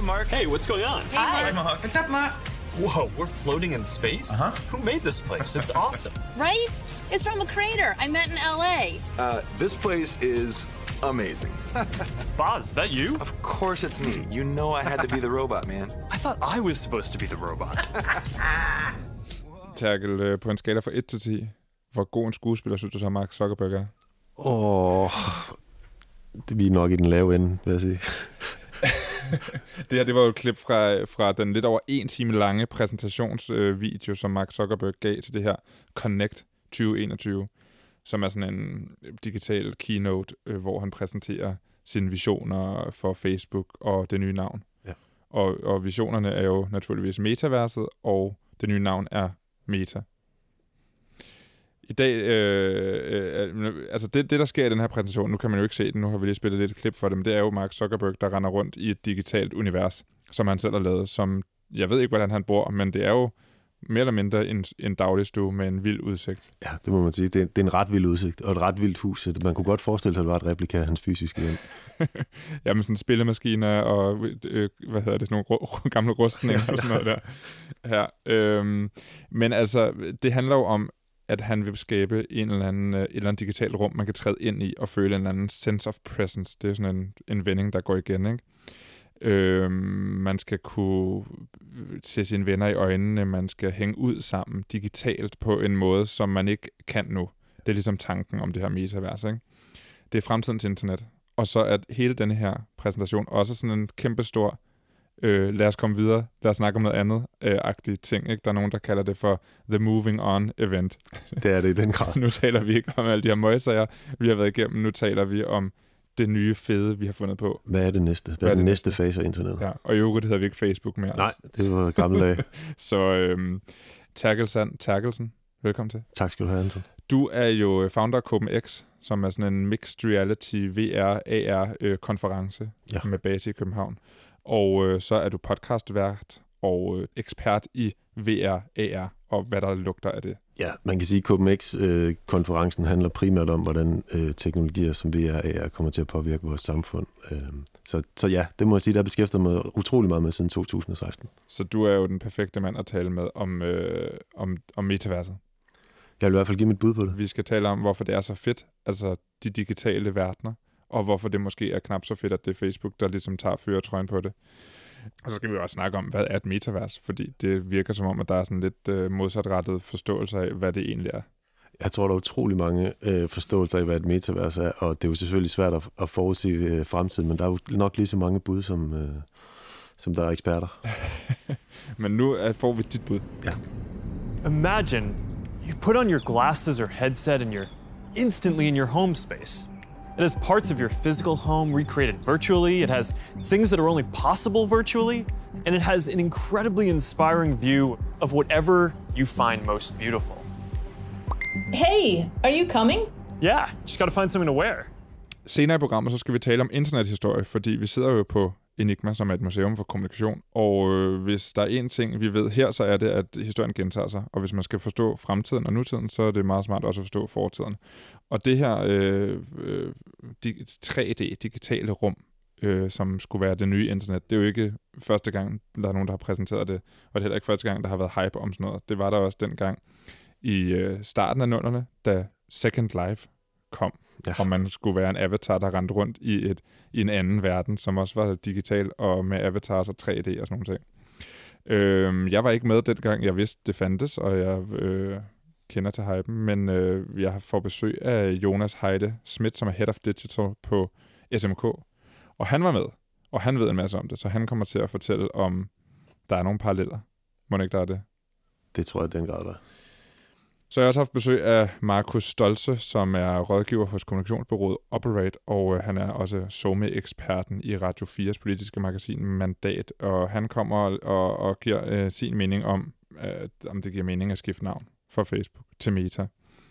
Hey, Mark. Hey, what's going on? Hi, Mark. What's up, Mark? Whoa, we're floating in space? Uh-huh. Who made this place? It's awesome. Right? It's from a crater I met in L.A. This place is amazing. Boz, is that you? Of course it's me. You know I had to be the robot, man. I thought I was supposed to be the robot. Terkel, på en skala fra 1 til 10, hvor god en skuespiller synes du så, Mark Zuckerberg er? Vi er nok i den lave ende, vil jeg sige. Det her, det var jo et klip fra den lidt over 1 time lange præsentationsvideo, som Mark Zuckerberg gav til det her Connect 2021, som er sådan en digital keynote, hvor han præsenterer sine visioner for Facebook og det nye navn. Ja. Og visionerne er jo naturligvis metaverset, og det nye navn er Meta. I dag, altså det, der sker i den her præsentation, nu kan man jo ikke se den, nu har vi lige spillet lidt klip for det, men det er jo Mark Zuckerberg, der render rundt i et digitalt univers, som han selv har lavet, som, jeg ved ikke, hvordan han bor, men det er jo mere eller mindre en dagligstue med en vild udsigt. Ja, det må man sige. Det er en ret vild udsigt, og et ret vildt hus. Man kunne godt forestille sig, at det var et replika af hans fysiske hjem. Jamen sådan spillemaskiner og, sådan nogle gamle rustninger og sådan noget der. Her. Men altså, det handler jo om, at han vil skabe et eller andet digitalt rum, man kan træde ind i og føle en eller anden sense of presence. Det er sådan en vending, der går igen, ikke? Man skal kunne se sine venner i øjnene, man skal hænge ud sammen digitalt på en måde, som man ikke kan nu. Det er ligesom tanken om det her metavers, ikke? Det er fremtidens internet. Og så er hele denne her præsentation også sådan en kæmpe stor lad os komme videre, lad os snakke om noget andet agtige ting, ikke? Der er nogen, der kalder det for The Moving On Event. Det er det i den grad. Nu taler vi ikke om alle de her møgsager, vi har været igennem. Nu taler vi om det nye fede, vi har fundet på. Hvad er det næste? Hvad er den næste fase af internettet? Ja, og i øvrigt hedder vi ikke Facebook mere. Nej, det var gamle dage. Så Terkelsen, velkommen til. Tak skal du have, Anton. Du er jo founder af CopenX, som er sådan en mixed reality VR-AR-konference med base i København. Og så er du podcastvært og ekspert i VR-AR, og hvad der lugter af det. Ja, man kan sige, at CopenX-konferencen handler primært om, hvordan teknologier som VR-AR kommer til at påvirke vores samfund. Så ja, det må jeg sige, der beskæftiger mig utrolig meget med siden 2016. Så du er jo den perfekte mand at tale med om metaverset. Jeg vil i hvert fald give mit bud på det. Vi skal tale om, hvorfor det er så fedt, altså de digitale verdener, og hvorfor det måske er knap så fedt, at det er Facebook, der ligesom tager førertrøjen på det. Og så skal vi også snakke om, hvad er et metavers, fordi det virker som om, at der er sådan lidt modsatrettet forståelse af, hvad det egentlig er. Jeg tror, der er utrolig mange forståelser af, hvad et metavers er, og det er jo selvfølgelig svært at forudsige fremtiden, men der er jo nok lige så mange bud, som der er eksperter. Men nu får vi dit bud. Ja. Imagine you put on your glasses or headset and you're instantly in your home space. It has parts of your physical home recreated virtually. It has things that are only possible virtually. And it has an incredibly inspiring view of whatever you find most beautiful. Hey, are you coming? Yeah, just gotta find something to wear. Senere i programmet, så skal vi tale om internethistorie, fordi vi sidder jo på Enigma, som er et museum for kommunikation. Og hvis der er en ting, vi ved her, så er det, at historien gentager sig. Og hvis man skal forstå fremtiden og nutiden, så er det meget smart også at forstå fortiden. Og det her 3D-digitale rum, som skulle være det nye internet, det er jo ikke første gang, der er nogen, der har præsenteret det. Og det er heller ikke første gang, der har været hype om sådan noget. Det var der også dengang i starten af 00'erne, da Second Life kom. Ja. Og man skulle være en avatar, der rendte rundt i en anden verden, som også var digital og med avatars og 3D og sådan nogle ting. Jeg var ikke med dengang, jeg vidste, det fandtes, og jeg kender til hypen, men jeg får besøg af Jonas Heide Schmidt, som er Head of Digital på SMK, og han var med, og han ved en masse om det, så han kommer til at fortælle om, der er nogle paralleller. Må ikke der er det? Det tror jeg, den grad der. Så jeg har også haft besøg af Markus Stolze, som er rådgiver hos kommunikationsbureauet Operate, og han er også SOME-eksperten i Radio 4's politiske magasin Mandat, og han kommer og giver sin mening om det giver mening at skifte navn fra Facebook til Meta.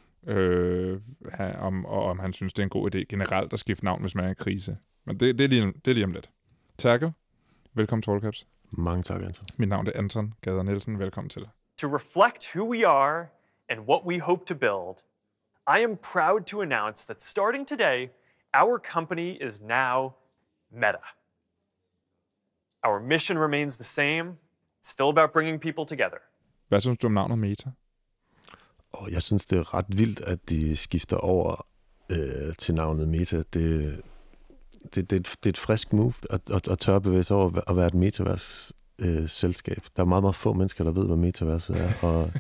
Om han synes, det er en god idé generelt at skifte navn, hvis man er i krise. Men det er lige om lidt. Terkel, velkommen til All Caps. Mange tak, Anton. Mit navn er Anton Gader Nielsen. Velkommen til. To reflect who we are and what we hope to build, I am proud to announce that starting today, our company is now Meta. Our mission remains the same. It's still about bringing people together. Hvad synes du om navnet Meta? Og jeg synes, det er ret vildt, at de skifter over til navnet Meta. Det er et frisk move at tørre bevæge sig over at være et metavers-selskab. Der er meget, meget få mennesker, der ved, hvad metaverset er, og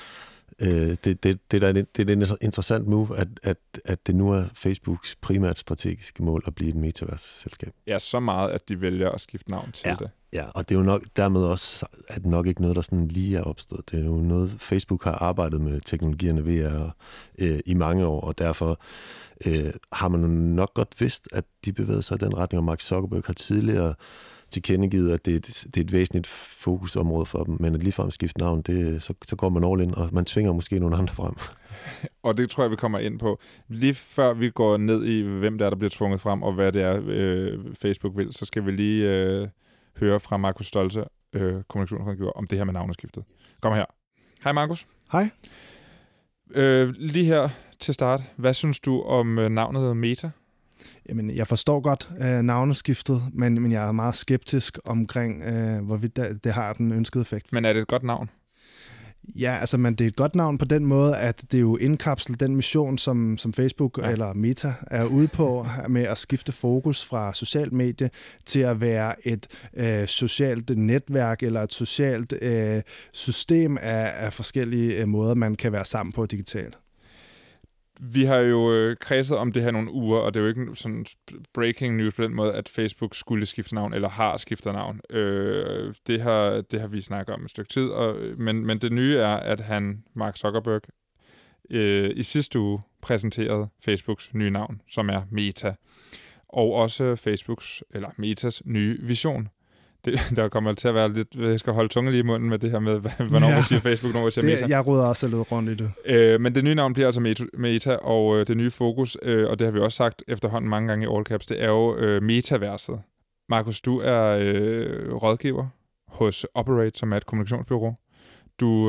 det er et interessant move, at det nu er Facebooks primært strategiske mål at blive et metavers-selskab. Ja, så meget, at de vælger at skifte navn til det. Ja, og det er jo nok dermed også, at nok ikke noget, der sådan lige er opstået. Det er jo noget, Facebook har arbejdet med teknologierne VR i mange år, og derfor har man nok godt vidst, at de bevæger sig i den retning, og Mark Zuckerberg har tidligere tilkendegivet, at det er et væsentligt fokusområde for dem, men at ligefrem skifte navn, så går man all in, og man tvinger måske nogle andre frem. Og det tror jeg, vi kommer ind på. Lige før vi går ned i, hvem der bliver tvunget frem, og hvad det er, Facebook vil, så skal vi lige høre fra Markus Stolte, kommunikationsrådgiver, om det her med navneskiftet. Kom her. Hej Markus. Hej. Lige her til start, hvad synes du om navnet Meta? Jamen, jeg forstår godt navneskiftet, men jeg er meget skeptisk omkring, hvorvidt det har den ønskede effekt. Men er det et godt navn? Ja, altså, men det er et godt navn på den måde, at det jo indkapsler den mission, som Facebook eller Meta er ude på, med at skifte fokus fra socialt medie til at være et socialt netværk eller et socialt system af forskellige måder, man kan være sammen på digitalt. Vi har jo kredset om det her nogle uger, og det er jo ikke sådan breaking news på den måde, at Facebook skulle skifte navn, eller har skiftet navn. Det har vi snakket om et stykke tid, men det nye er, at Mark Zuckerberg, i sidste uge præsenterede Facebooks nye navn, som er Meta, og også Facebooks, eller Metas nye vision. Der kommer til at være lidt, jeg skal holde tungen lige i munden med det her med, hvornår man siger Facebook, hvornår man siger Meta. Jeg råder også lidt rundt i det. Men det nye navn bliver altså Meta, og det nye fokus, og det har vi også sagt efterhånden mange gange i All Caps, det er jo metaverset. Markus, du er rådgiver hos Operate, som er et kommunikationsbureau. Du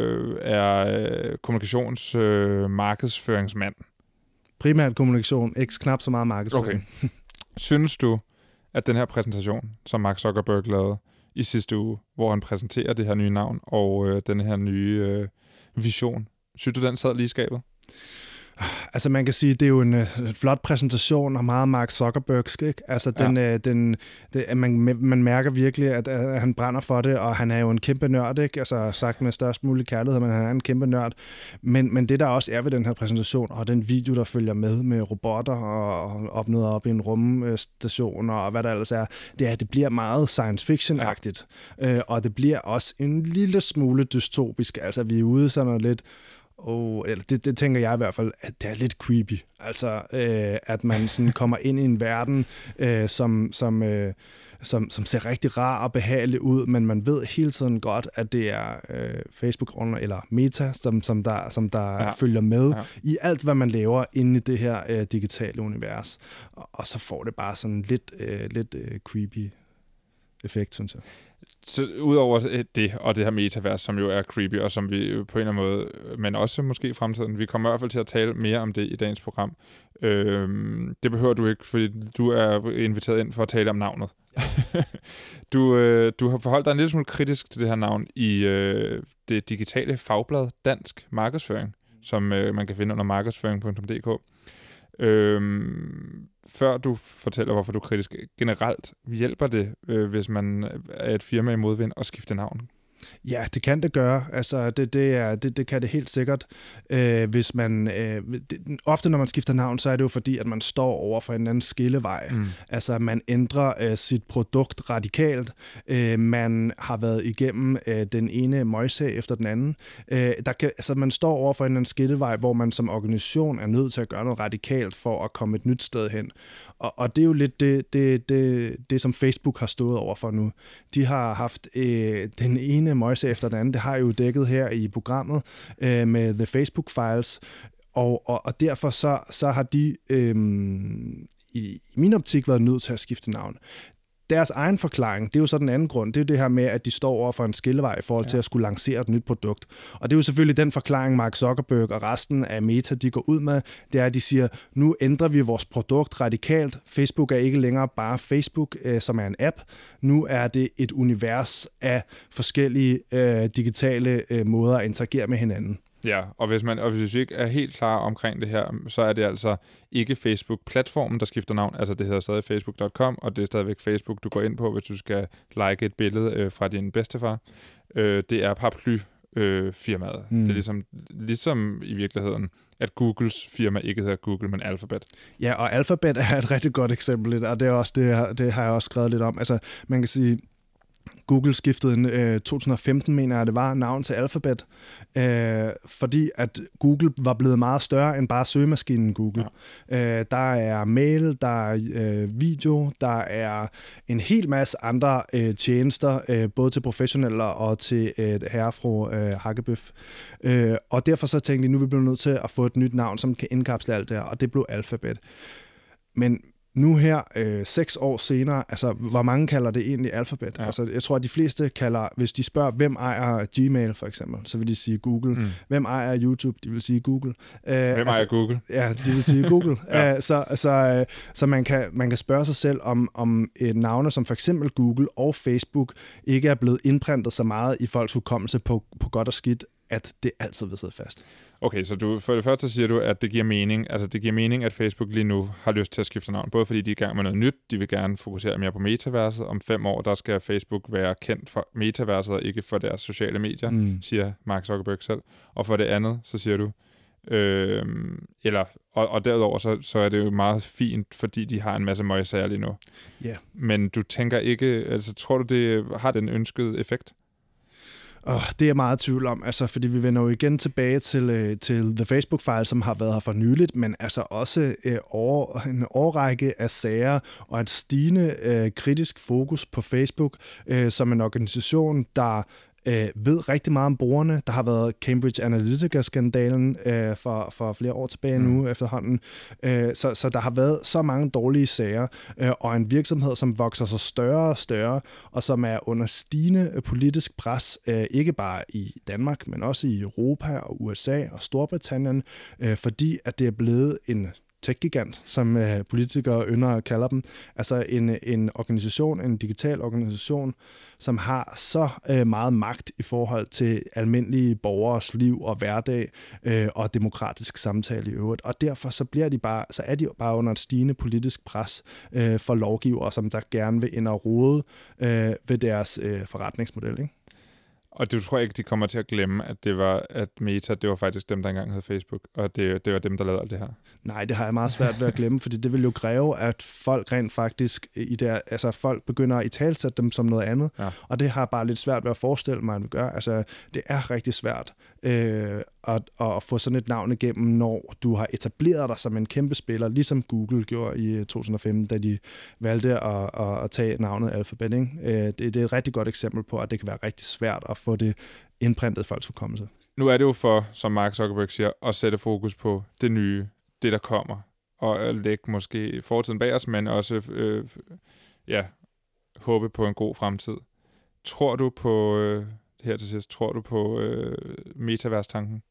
er markedsføringsmand. Primært kommunikation, ikke knap så meget markedsføring. Okay. Synes du, at den her præsentation, som Mark Zuckerberg lavede i sidste uge, hvor han præsenterer det her nye navn og den her nye vision, synes du, den sad lige i skabet? Altså man kan sige, det er jo en flot præsentation og meget Mark Zuckerbergsk, ikke? Altså man mærker virkelig, at han brænder for det, og han er jo en kæmpe nørd, ikke? Altså sagt med størst mulig kærlighed, men han er en kæmpe nørd. Men det der også er ved den her præsentation, og den video, der følger med robotter og opnået op i en rumstation og hvad der ellers er, det er, at det bliver meget science fiction-agtigt. Og det bliver også en lille smule dystopisk. Altså vi er ude sådan noget lidt... eller det tænker jeg i hvert fald, at det er lidt creepy. Altså, at man sådan kommer ind i en verden, som ser rigtig rar og behagelig ud, men man ved hele tiden godt, at det er Facebook eller Meta, som der følger med i alt, hvad man laver inde i det her digitale univers. Og så får det bare sådan lidt creepy effekt, synes jeg. Så udover det, og det her metavers, som jo er creepy, og som vi på en eller anden måde, men også måske i fremtiden, vi kommer i hvert fald til at tale mere om det i dagens program. Det behøver du ikke, fordi du er inviteret ind for at tale om navnet. Du har forholdt dig en lille smule kritisk til det her navn i det digitale fagblad Dansk Markedsføring, som man kan finde under markedsføring.dk. Før du fortæller, hvorfor du er kritisk, generelt hjælper det, hvis man er et firma i modvind, at skifte navn? Ja, det kan det gøre. Altså, det kan det helt sikkert. Hvis man ofte når man skifter navn, så er det jo fordi, at man står over for en anden skillevej. Altså, man ændrer sit produkt radikalt. Man har været igennem den ene møjsag efter den anden. Man står over for en anden skillevej, hvor man som organisation er nødt til at gøre noget radikalt for at komme et nyt sted hen. Og det er jo lidt det som Facebook har stået over for nu. De har haft den ene møjse efter den anden. Det har jeg jo dækket her i programmet med The Facebook Files. Og derfor så har de i min optik været nødt til at skifte navn. deres egen forklaring, det er jo så den anden grund. Det er jo det her med, at de står over for en skillevej i forhold til at skulle lancere et nyt produkt. Og det er jo selvfølgelig den forklaring, Mark Zuckerberg og resten af Meta, de går ud med. Det er, at de siger, nu ændrer vi vores produkt radikalt. Facebook er ikke længere bare Facebook, som er en app. Nu er det et univers af forskellige digitale måder at interagere med hinanden. Ja, og hvis vi ikke er helt klar omkring det her, så er det altså ikke Facebook-platformen, der skifter navn. Altså det hedder stadig facebook.com, og det er stadigvæk Facebook, du går ind på, hvis du skal like et billede fra din bedstefar. Det er paraply-firmaet. Det er ligesom i virkeligheden, at Googles firma ikke hedder Google, men Alphabet. Ja, og Alphabet er et rigtig godt eksempel, og det er også det har jeg også skrevet lidt om. Altså man kan sige, Google skiftede i 2015, mener jeg, det var, navn til Alphabet, fordi at Google var blevet meget større end bare søgemaskinen Google. Ja. Der er mail, der er video, der er en hel masse andre tjenester, både til professionelle og til herre og fru Hakkebøf. Og derfor så tænkte de, nu er vi blevet nødt til at få et nyt navn, som kan indkapsle alt det her, og det blev Alphabet. Men nu her, 6 år senere, altså, hvor mange kalder det egentlig Alphabet? Ja. Altså, jeg tror, at de fleste kalder, hvis de spørger, hvem ejer Gmail for eksempel, så vil de sige Google. Hvem ejer YouTube? De vil sige Google. Hvem ejer Google? Ja, de vil sige Google. Ja. Så man kan spørge sig selv, om et navne som for eksempel Google og Facebook ikke er blevet indprintet så meget i folks hukommelse på godt og skidt, at det altid vil sidde fast. Okay, så for det første siger du, at det giver mening. Altså det giver mening, at Facebook lige nu har lyst til at skifte navn. Både fordi de er i gang med noget nyt, de vil gerne fokusere mere på metaverset. Om 5 år, der skal Facebook være kendt for metaverset, og ikke for deres sociale medier, siger Mark Zuckerberg selv. Og for det andet, så siger du, og derudover, så er det jo meget fint, fordi de har en masse møgsager lige nu. Yeah. Men du tænker ikke, altså tror du, det har den ønskede effekt? Det er jeg meget i tvivl om, altså, fordi vi vender jo igen tilbage til The Facebook-file, som har været her for nyligt, men altså også en årrække af sager og et stigende kritisk fokus på Facebook som en organisation, der ved rigtig meget om brugerne. Der har været Cambridge Analytica-skandalen for flere år tilbage nu efterhånden. Så der har været så mange dårlige sager, og en virksomhed, som vokser sig større og større, og som er under stigende politisk pres, ikke bare i Danmark, men også i Europa og USA og Storbritannien, fordi at det er blevet en tech-gigant, som politikere ynder at kalde dem. Altså en organisation, en digital organisation, som har så meget magt i forhold til almindelige borgeres liv og hverdag og demokratisk samtale i øvrigt. Og derfor så er de bare under et stigende politisk pres for lovgivere, som der gerne vil ind og rode ved deres forretningsmodel, ikke? Og du tror ikke, de kommer til at glemme, at Meta, det var faktisk dem, der engang hed Facebook, og det var dem, der lavede alt det her? Nej, det har jeg meget svært ved at glemme, fordi det vil jo kræve, at folk rent faktisk folk begynder at italesætte dem som noget andet, og det har bare lidt svært ved at forestille mig, at vi gør. Altså, det er rigtig svært at få sådan et navn igennem, når du har etableret dig som en kæmpe spiller, ligesom Google gjorde i 2015, da de valgte at tage navnet Alphabet, ikke? Det er et rigtig godt eksempel på, at det kan være rigtig svært at få det indprintet i folks hukommelse. Nu er det jo for, som Mark Zuckerberg siger, at sætte fokus på det nye, det der kommer, og lægge måske fortiden bag os, men også håbe på en god fremtid. Tror du på, her til sidst, metaverse-tanken?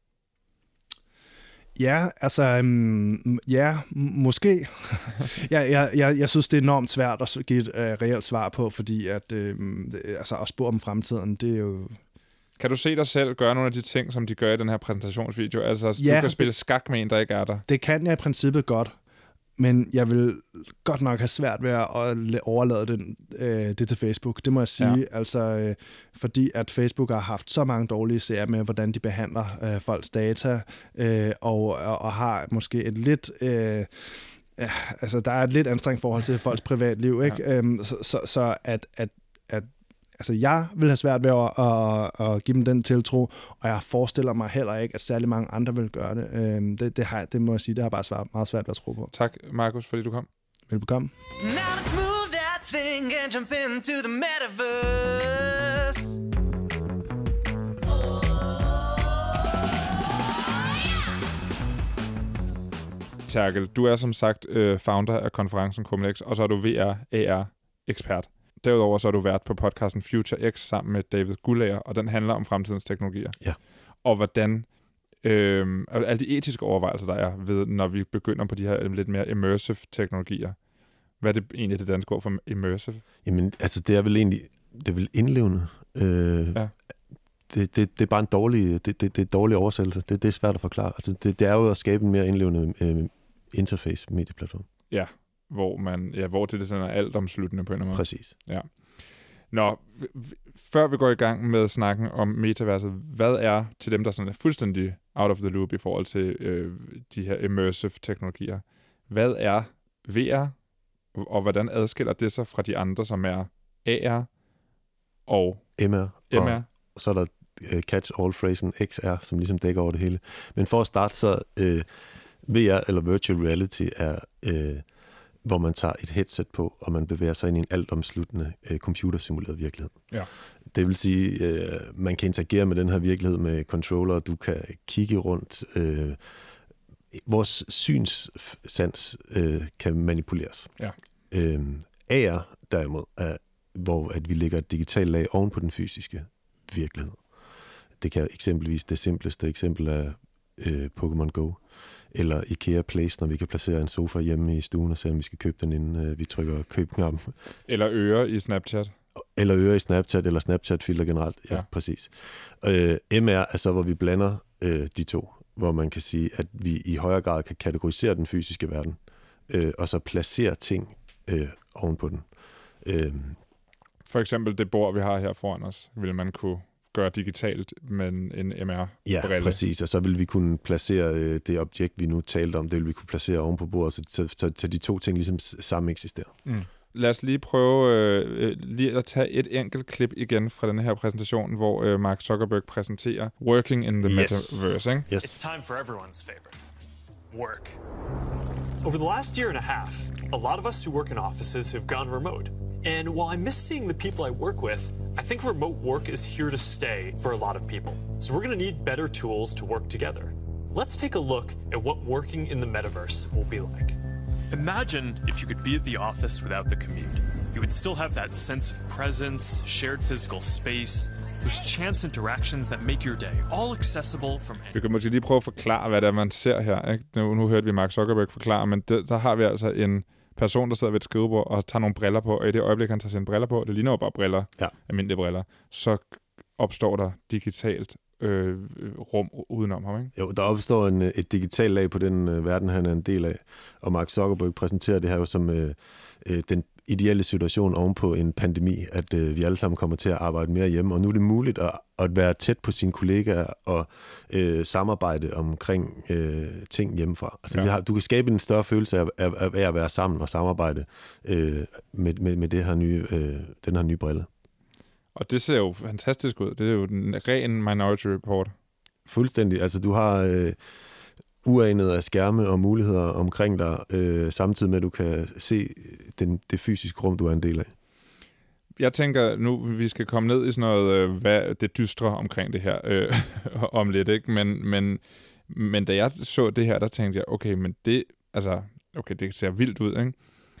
Ja, altså, måske. Jeg synes, det er enormt svært at give et reelt svar på, fordi at spå om fremtiden, det er jo... Kan du se dig selv gøre nogle af de ting, som de gør i den her præsentationsvideo? Altså, du kan spille skak med en, der ikke er der. Det kan jeg i princippet godt, men jeg vil godt nok have svært ved at overlade det til Facebook. Det må jeg sige, altså, fordi at Facebook har haft så mange dårlige sager med, hvordan de behandler folks data, og har måske et lidt... der er et lidt anstrengt forhold til folks privatliv, ikke? Så altså, jeg vil have svært ved at give dem den tiltro, og jeg forestiller mig heller ikke, at særlig mange andre vil gøre det. Det må jeg sige, det har bare meget svært ved at tro på. Tak, Markus, fordi du kom. Velbekomme. Now let's move that thing and jump into the metaverse. Terkel, du er som sagt founder af konferencen Cum-Ex, og så er du VR-AR-ekspert. Derudover så er du vært på podcasten Future X sammen med David Gulager, og den handler om fremtidens teknologier. Ja. Og hvordan alle de etiske overvejelser, der er ved, når vi begynder på de her lidt mere immersive teknologier. Hvad er det egentlig det danske ord for immersive? Jamen, altså det er vel egentlig, det er vel indlevende. Ja. Det er bare en dårlig, det er dårlig oversættelse. Det er svært at forklare. Altså det er jo at skabe en mere indlevende interface medieplatform. Ja, hvor det sådan er altomsluttende på en eller anden måde. Præcis. Ja. Nå, før vi går i gang med snakken om metaverset, hvad er til dem, der sådan er fuldstændig out of the loop i forhold til de her immersive teknologier? Hvad er VR, og hvordan adskiller det sig fra de andre, som er AR og MR. Og så er der catch-all-phrasen XR, som ligesom dækker over det hele. Men for at starte, så VR eller virtual reality er, hvor man tager et headset på, og man bevæger sig ind i en altomsluttende computersimuleret virkelighed. Ja. Det vil sige, man kan interagere med den her virkelighed med controller, du kan kigge rundt. Vores synssans kan manipuleres. Ja. AR derimod er, hvor at vi lægger et digitalt lag oven på den fysiske virkelighed. Det kan eksempelvis, det simpleste eksempel er Pokémon Go, eller IKEA Place, når vi kan placere en sofa hjemme i stuen og se, om vi skal købe den, inden vi trykker køb-knappen. Eller ører i Snapchat. Eller Snapchat-filter generelt. Ja, præcis. MR er så, hvor vi blander de to, hvor man kan sige, at vi i højere grad kan kategorisere den fysiske verden, og så placere ting ovenpå den. For eksempel det bord, vi har her foran os, vil man kunne gøre digitalt med en MR-brille. Ja, præcis. Og så vil vi kunne placere det objekt, vi nu talte om, det vil vi kunne placere oven på bordet, så de to ting ligesom sammen eksisterer. Mm. Lad os lige prøve lige at tage et enkelt klip igen fra den her præsentation, hvor Mark Zuckerberg præsenterer Working in the Metaverse. Ikke? Yes. It's time for everyone's favorite. Work. Over the last year and a half, a lot of us who work in offices have gone remote. And while I miss seeing the people I work with, I think remote work is here to stay for a lot of people. So we're going to need better tools to work together. Let's take a look at what working in the metaverse will be like. Imagine if you could be at the office without the commute. You would still have that sense of presence, shared physical space, those chance interactions that make your day all accessible from anywhere. Vi kan måske lige prøve at forklare, hvad det er, man ser her. Ikke? Nu hørte vi Mark Zuckerberg forklare, men der har vi altså en person, der sidder ved et skrivebord og tager nogle briller på, og i det øjeblik, han tager sine briller på, det ligner jo bare briller, almindelige briller, så opstår der digitalt rum udenom ham, ikke? Jo, der opstår et digitalt lag på den verden, han er en del af, og Mark Zuckerberg præsenterer det her jo som den ideelle situation ovenpå en pandemi, at vi alle sammen kommer til at arbejde mere hjemme, og nu er det muligt at være tæt på sine kollegaer og samarbejde omkring ting hjemmefra. Altså, du kan skabe en større følelse af at være sammen og samarbejde med det her den her nye brille. Og det ser jo fantastisk ud. Det er jo en ren Minority Report. Fuldstændig. Altså, du har uanede af skærme og muligheder omkring dig, samtidig med, at du kan se det fysiske rum, du er en del af. Jeg tænker nu, vi skal komme ned i sådan noget, hvad det dystre omkring det her om lidt, ikke? Men da jeg så det her, der tænkte jeg, okay, men det ser vildt ud, ikke?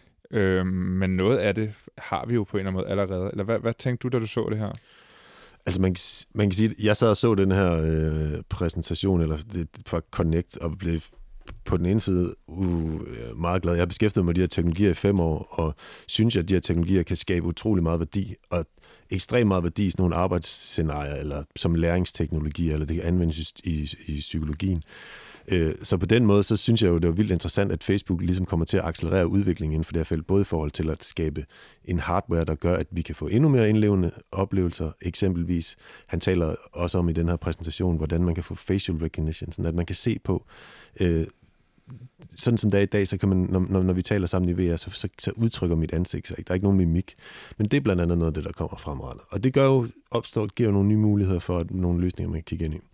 Men noget af det har vi jo på en eller anden måde allerede. Eller hvad tænkte du, da du så det her? Altså man kan sige, at jeg sad og så den her præsentation eller fra Connect og blev på den ene side meget glad. Jeg har beskæftiget mig med de her teknologier i 5 år, og synes, at de her teknologier kan skabe utrolig meget værdi, og ekstremt meget værdi i sådan nogle arbejdsscenarier, eller som læringsteknologi, eller det kan anvendes i psykologien. Så på den måde, så synes jeg jo, det er vildt interessant, at Facebook ligesom kommer til at accelerere udviklingen inden for det her felt, både i forhold til at skabe en hardware, der gør, at vi kan få endnu mere indlevende oplevelser. Eksempelvis, han taler også om i den her præsentation, hvordan man kan få facial recognition, sådan at man kan se på, sådan som det er i dag, så kan man, når vi taler sammen i VR, så udtrykker mit ansigt sig. Der er ikke nogen mimik, men det er blandt andet noget af det, der kommer fremrettet. Og det giver jo nogle nye muligheder for nogle løsninger, man kan kigge ind i.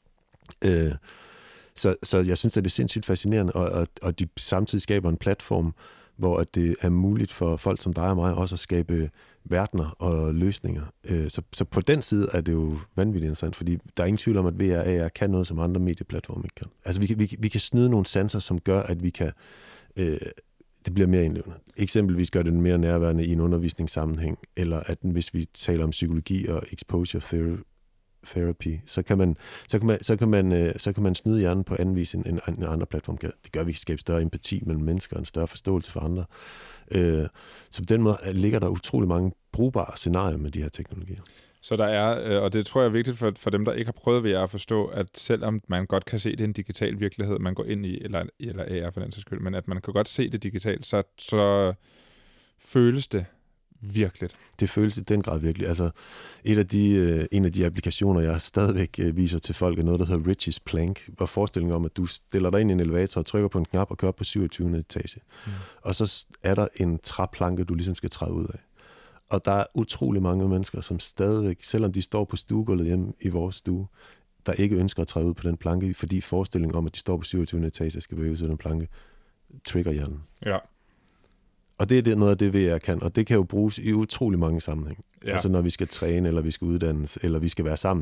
Så jeg synes, at det er sindssygt fascinerende, og de samtidig skaber en platform, hvor det er muligt for folk som dig og mig også at skabe verdener og løsninger. Så på den side er det jo vanvittigt interessant, fordi der er ingen tvivl om, at VR og AR kan noget, som andre medieplatforme ikke kan. Altså vi kan snyde nogle sanser, som gør, at vi kan... det Det bliver mere indlevende. Eksempelvis gør det mere nærværende i en undervisningssammenhæng, eller at hvis vi taler om psykologi og exposure therapy, så kan man snyde hjernen på anden vis end andre platform. Det gør, at vi kan skabe større empati mellem mennesker og en større forståelse for andre. Så på den måde ligger der utrolig mange brugbare scenarier med de her teknologier. Så der er, og det tror jeg er vigtigt for dem, der ikke har prøvet VR at forstå, at selvom man godt kan se, det er en digital virkelighed, man går ind i, eller AR for den sags skyld, men at man kan godt se det digitalt, så føles det virkeligt. Det føles i den grad virkelig. Altså, en af de applikationer, jeg stadigvæk viser til folk, er noget, der hedder Richie's Plank, hvor forestillingen om, at du stiller dig ind i en elevator og trykker på en knap og kører op på 27. etage. Og så er der en træplanke, du ligesom skal træde ud af. Og der er utrolig mange mennesker, som stadigvæk, selvom de står på stuegulvet hjemme i vores stue, der ikke ønsker at træde ud på den planke, fordi forestillingen om, at de står på 27. etage, skal bevæge sig den planke, trigger hjernen. Ja. Og det er noget af det, VR kan, og det kan jo bruges i utrolig mange sammenhæng. Ja. Altså når vi skal træne, eller vi skal uddannes, eller vi skal være sammen.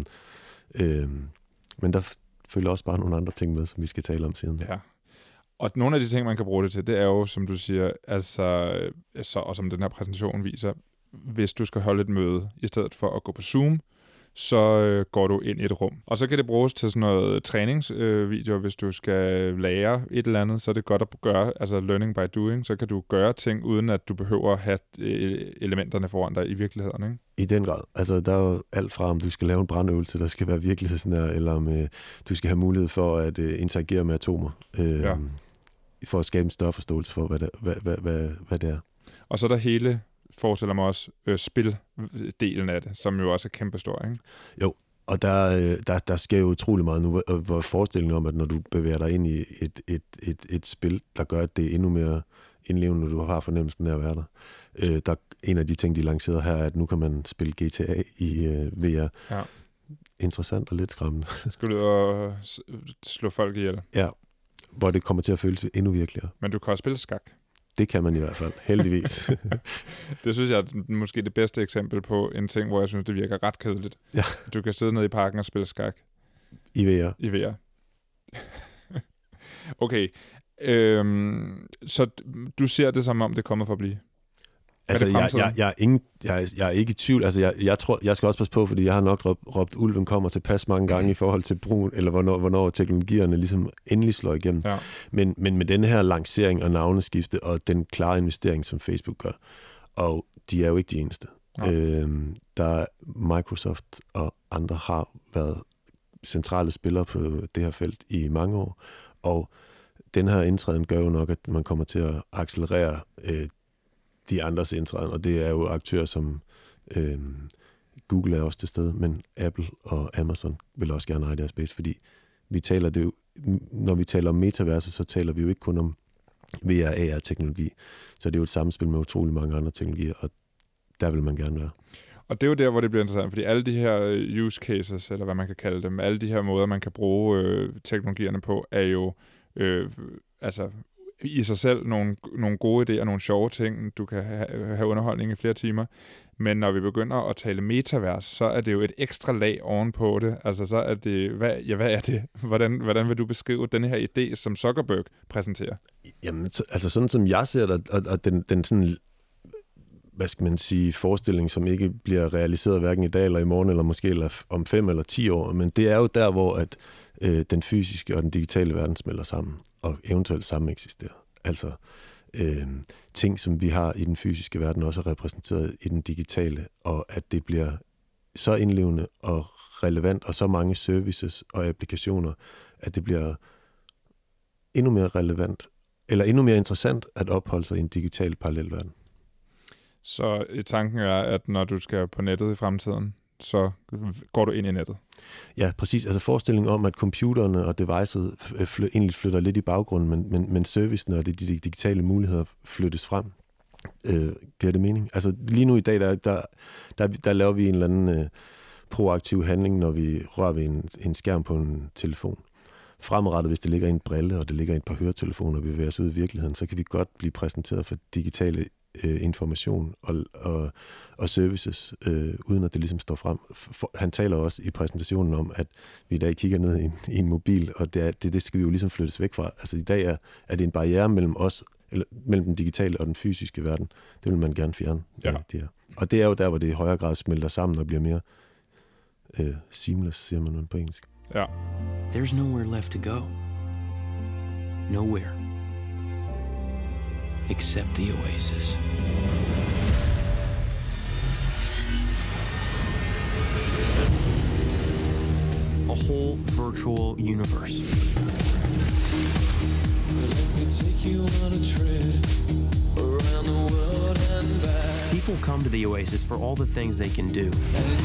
Men der følger også bare nogle andre ting med, som vi skal tale om siden. Ja. Og nogle af de ting, man kan bruge det til, det er jo, som du siger, og som den her præsentation viser, hvis du skal holde et møde, i stedet for at gå på Zoom, så går du ind i et rum. Og så kan det bruges til sådan noget træningsvideo, hvis du skal lære et eller andet, så er det godt at gøre, altså learning by doing, så kan du gøre ting, uden at du behøver at have elementerne foran dig i virkeligheden, ikke? I den grad. Altså, der er jo alt fra, om du skal lave en brandøvelse, der skal være virkelighedsnær, eller om du skal have mulighed for at interagere med atomer, for at skabe en større forståelse for, hvad det er. Og så er der hele, forestiller mig også, spildelen af det, som jo også er kæmpestor, ikke? Jo, og der sker jo utrolig meget nu, hvor forestillingen om, at når du bevæger dig ind i et spil, der gør, at det er endnu mere indlevende, når du har fornemmelsen af at være der. Der en af de ting, de lancerede her, er, at nu kan man spille GTA i VR. Ja. Interessant og lidt skræmmende. Skal du og slå folk ihjel? Ja, hvor det kommer til at føles endnu virkeligere. Men du kan også spille skak. Det kan man i hvert fald, heldigvis. Det synes jeg er måske det bedste eksempel på en ting, hvor jeg synes, det virker ret kedeligt. Ja. Du kan sidde nede i parken og spille skak. I VR. I VR. Okay. Så du ser det som om, det kommer for at blive? Altså, jeg er ikke i tvivl. Altså, jeg tror, jeg skal også passe på, fordi jeg har nok råbt, ulven kommer til pas mange gange i forhold til brugen, eller hvornår teknologierne ligesom endelig slår igennem. Ja. Men med den her lancering og navneskifte, og den klare investering, som Facebook gør, og de er jo ikke de eneste. Ja. Der Microsoft og andre har været centrale spillere på det her felt i mange år, og den her indtræden gør jo nok, at man kommer til at accelerere de andres indtræden, og det er jo aktører som Google er også til stede, men Apple og Amazon vil også gerne eje deres space, fordi vi taler det jo, når vi taler om metaverse, så taler vi jo ikke kun om VR og AR-teknologi, så det er jo et samspil med utrolig mange andre teknologier, og der vil man gerne være. Og det er jo der, hvor det bliver interessant, fordi alle de her use cases, eller hvad man kan kalde dem, alle de her måder, man kan bruge teknologierne på, er jo altså i sig selv nogle gode idéer, nogle sjove ting, du kan have underholdning i flere timer. Men når vi begynder at tale metavers, så er det jo et ekstra lag ovenpå det. Altså så er det, hvad er det? Hvordan vil du beskrive den her idé, som Zuckerberg præsenterer? Jamen, altså sådan som jeg ser det, og den sådan, hvad skal man sige, forestilling, som ikke bliver realiseret hverken i dag eller i morgen, eller måske eller om 5 eller 10 år, men det er jo der, hvor at den fysiske og den digitale verden smelter sammen, og eventuelt sammen eksisterer. Altså ting, som vi har i den fysiske verden, også er repræsenteret i den digitale, og at det bliver så indlevende og relevant, og så mange services og applikationer, at det bliver endnu mere relevant, eller endnu mere interessant at opholde sig i en digital parallelverden. Så tanken er, at når du skal på nettet i fremtiden, så går du ind i nettet. Ja, præcis. Altså forestillingen om, at computerne og devicet egentlig flytter lidt i baggrunden, men servicen og de digitale muligheder flyttes frem. Giver det mening? Altså lige nu i dag, der laver vi en eller anden proaktiv handling, når vi rører ved en skærm på en telefon. Fremadrettet, hvis det ligger i en brille, og det ligger i et par høretelefoner, og vi bevæger os ud i virkeligheden, så kan vi godt blive præsenteret for digitale information og services, uden at det ligesom står frem. Han taler også i præsentationen om, at vi i dag kigger ned i en mobil, og det skal vi jo ligesom flyttes væk fra. Altså i dag er det en barriere mellem os eller mellem den digitale og den fysiske verden. Det vil man gerne fjerne. Ja. De her. Og det er jo der, hvor det i højere grad smelter sammen og bliver mere seamless, siger man på engelsk. Ja. There's nowhere left to go. Nowhere. Except the Oasis. A whole virtual universe. People come to the Oasis for all the things they can do.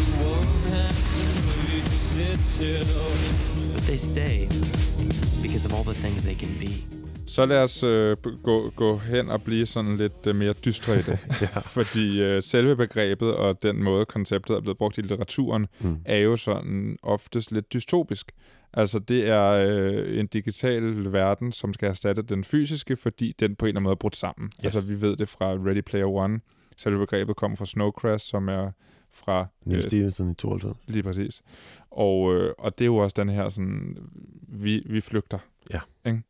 But they stay because of all the things they can be. Så lad os gå hen og blive sådan lidt mere dystre i det. Fordi selve begrebet og den måde, konceptet er blevet brugt i litteraturen, er jo sådan oftest lidt dystopisk. Altså det er en digital verden, som skal erstatte den fysiske, fordi den på en eller anden måde er brudt sammen. Yes. Altså vi ved det fra Ready Player One. Selve begrebet kommer fra Snow Crash, som er fra... Neil Stephenson i 92. Lige præcis. Og det er jo også den her sådan, vi flygter. Ja. Ikke?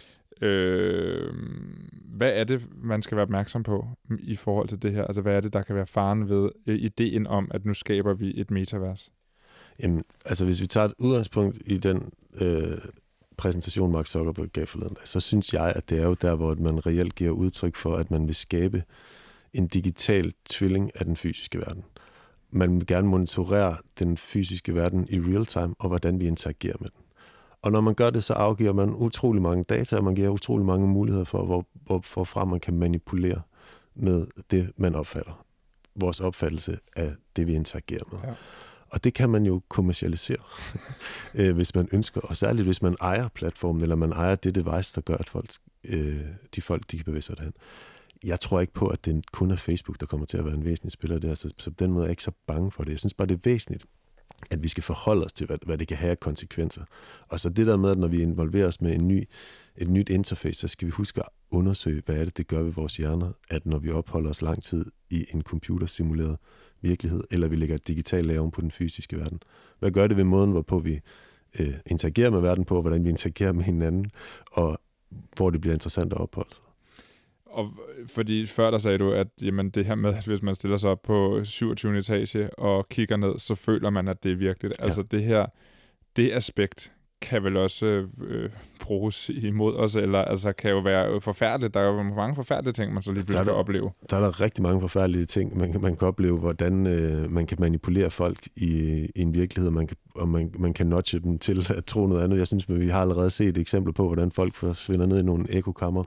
Hvad er det, man skal være opmærksom på i forhold til det her? Altså, hvad er det, der kan være faren ved ideen om, at nu skaber vi et metavers? Jamen, altså hvis vi tager et udgangspunkt i den præsentation, Mark Zuckerberg gav forleden dag, så synes jeg, at det er jo der, hvor man reelt giver udtryk for, at man vil skabe en digital tvilling af den fysiske verden. Man vil gerne monitorere den fysiske verden i real time, og hvordan vi interagerer med den. Og når man gør det, så afgiver man utrolig mange data, og man giver utrolig mange muligheder for, hvorfra man kan manipulere med det, man opfatter. Vores opfattelse af det, vi interagerer med. Ja. Og det kan man jo kommercialisere, hvis man ønsker. Og særligt, hvis man ejer platformen, eller man ejer det device, der gør, at de folk de kan bevæge sig derhen. Jeg tror ikke på, at det kun er Facebook, der kommer til at være en væsentlig spiller der. Så på den måde er jeg ikke så bange for det. Jeg synes bare, det er væsentligt, at vi skal forholde os til, hvad det kan have af konsekvenser. Og så det der med, at når vi involverer os med et nyt interface, så skal vi huske at undersøge, hvad er det gør ved vores hjerner, at når vi opholder os lang tid i en computersimuleret virkelighed, eller vi lægger et digitalt lag oven på den fysiske verden. Hvad gør det ved måden, hvorpå vi interagerer med verden på, hvordan vi interagerer med hinanden, og hvor det bliver interessant at opholde sig. Og fordi før der sagde du, at jamen, det her med, at hvis man stiller sig op på 27. etage og kigger ned, så føler man, at det er virkeligt. Ja. Altså det aspekt kan vel også bruges imod os, eller altså kan jo være forfærdeligt. Der er jo mange forfærdelige ting, man så lige pludselig kan opleve. Der er der rigtig mange forfærdelige ting, man kan opleve, hvordan man kan manipulere folk i en virkelighed, man kan nudge dem til at tro noget andet. Jeg synes, vi har allerede set eksempler på, hvordan folk forsvinder ned i nogle ekokammer.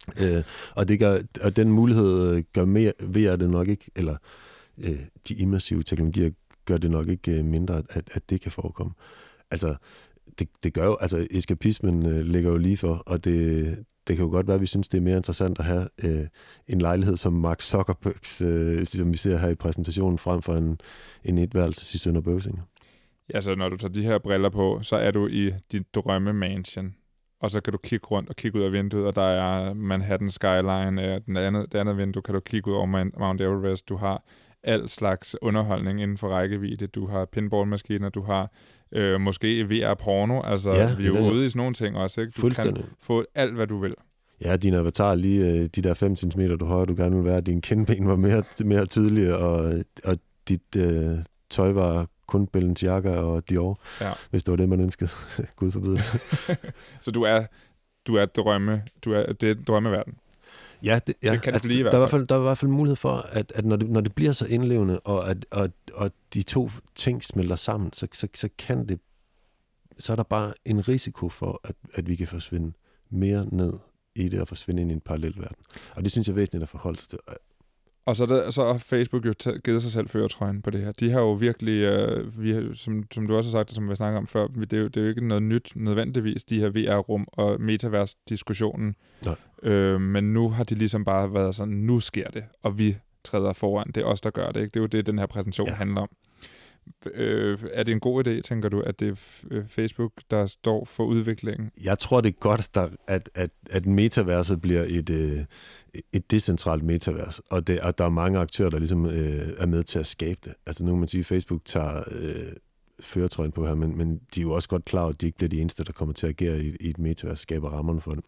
Og den mulighed gør mere ved at det nok ikke, eller de immersive teknologier gør det nok ikke mindre, at det kan forekomme. Altså, det gør jo, altså eskapismen ligger jo lige for, og det kan jo godt være, at vi synes, det er mere interessant at have en lejlighed som Mark Zuckerbergs, som vi ser her i præsentationen, frem for en etværelses i Sønder Bøvsing. Ja, så når du tager de her briller på, så er du i dit drømme-mansion. Og så kan du kigge rundt og kigge ud af vinduet, og der er Manhattan Skyline, det andet vindue kan du kigge ud over Mount Everest. Du har al slags underholdning inden for rækkevidde. Du har pinballmaskiner, du har måske VR-porno. Altså, ja, vi er jo ude i sådan nogle ting også, ikke? Du kan få alt, hvad du vil. Ja, din avatar, lige de der 5 cm, du har, du gerne vil være, dine kindben var mere tydelige, og dit tøj var kun Balenciaga og Dior, hvis det var det, man ønskede. Gud forbyde det. Så du er det er drømmeverden. Ja, det kan det blive i hvert fald. Der er i hvert fald mulighed for, at når det bliver så indlevende, og de to ting smelter sammen, så kan det, så er der bare en risiko for, at vi kan forsvinde mere ned i det og forsvinde ind i en parallel verden. Og det synes jeg er væsentligt at forholde sig til. Og så har Facebook jo givet sig selv førertrøjen på det her. De har jo virkelig, som du også har sagt, som vi snakker om før, det er jo ikke noget nyt nødvendigvis, de her VR-rum og metavers-diskussionen. Men nu har de ligesom bare været sådan, nu sker det, og vi træder foran. Det er os, der gør det, ikke? Det er jo det, den her præsentation handler om. Er det en god idé, tænker du, at det er Facebook, der står for udviklingen? Jeg tror, det er godt, at metaverset bliver et decentralt metavers, og der er mange aktører, der ligesom er med til at skabe det. Altså nu kan man sige, at Facebook tager førertrøjen på her, men de er jo også godt klar, at de ikke bliver de eneste, der kommer til at agere i et metavers, skaber rammerne for det.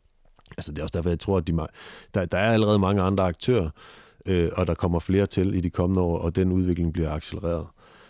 Altså det er også derfor, jeg tror, at der er allerede mange andre aktører, og der kommer flere til i de kommende år, og den udvikling bliver accelereret.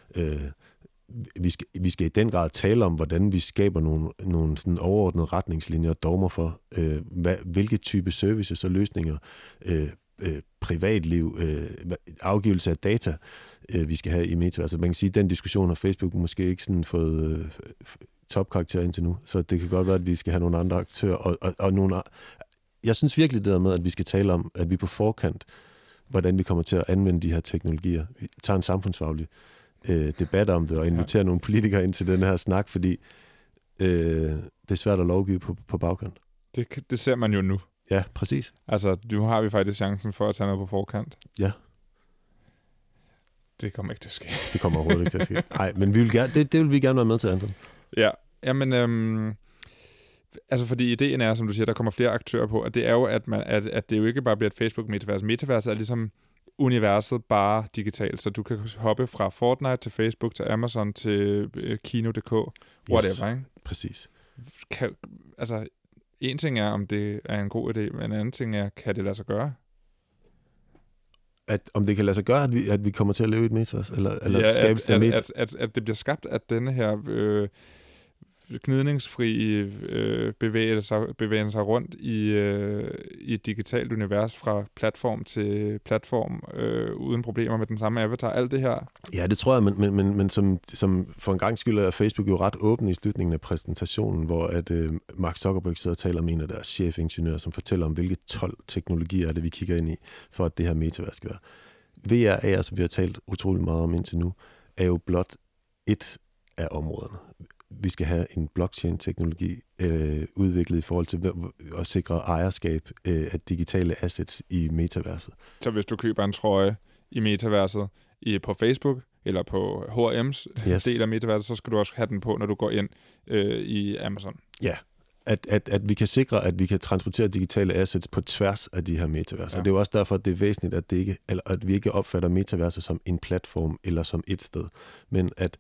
Vi skal i den grad tale om, hvordan vi skaber nogle sådan overordnede retningslinjer og dogmer for, hvilke type services og løsninger, privatliv, afgivelse af data, vi skal have i metaverset. Altså man kan sige, at den diskussion har Facebook måske ikke sådan fået topkarakter indtil nu, så det kan godt være, at vi skal have nogle andre aktører, og nogle. Jeg synes virkelig det der med, at vi skal tale om, at vi er på forkant, hvordan vi kommer til at anvende de her teknologier. Vi tager en samfundsfaglig debat om det, og inviterer nogle politikere ind til den her snak, fordi det er svært at lovgive på bagkant. Det ser man jo nu. Ja, præcis. Altså, nu har vi faktisk chancen for at tage noget på forkant. Ja. Det kommer ikke til at ske. Det kommer overhovedet ikke til at ske. Nej, men vi vil gerne, det vil vi gerne være med til, Anton. Ja, jamen, altså fordi ideen er, som du siger, der kommer flere aktører på, og det er jo, at det jo ikke bare bliver et Facebook-metavers. Metaverset er ligesom universet bare digitalt, så du kan hoppe fra Fortnite til Facebook, til Amazon, til Kino.dk, whatever, ikke? Præcis. Altså, en ting er, om det er en god idé, men en anden ting er, kan det lade sig gøre? Om det kan lade sig gøre, at vi kommer til at leve i et metavers? Eller skabes det metavers? At det bliver skabt, at denne her gnidningsfri bevæge sig rundt i et digitalt univers fra platform til platform uden problemer med den samme avatar. Alt det her. Ja, det tror jeg, men som for en gang skyld er Facebook jo ret åben i slutningen af præsentationen, hvor at Mark Zuckerberg sidder og taler med en af deres chefingeniører, som fortæller om, hvilke 12 teknologier er det, vi kigger ind i, for at det her metavers skal være. VR, som vi har talt utrolig meget om indtil nu, er jo blot et af områderne. Vi skal have en blockchain-teknologi udviklet i forhold til at sikre ejerskab af digitale assets i metaverset. Så hvis du køber en trøje i metaverset på Facebook eller på H&M's del af metaverset, så skal du også have den på, når du går ind i Amazon. Ja, at vi kan sikre, at vi kan transportere digitale assets på tværs af de her metaverser. Ja. Det er jo også derfor, at det er væsentligt, at vi ikke opfatter metaverset som en platform eller som et sted, men at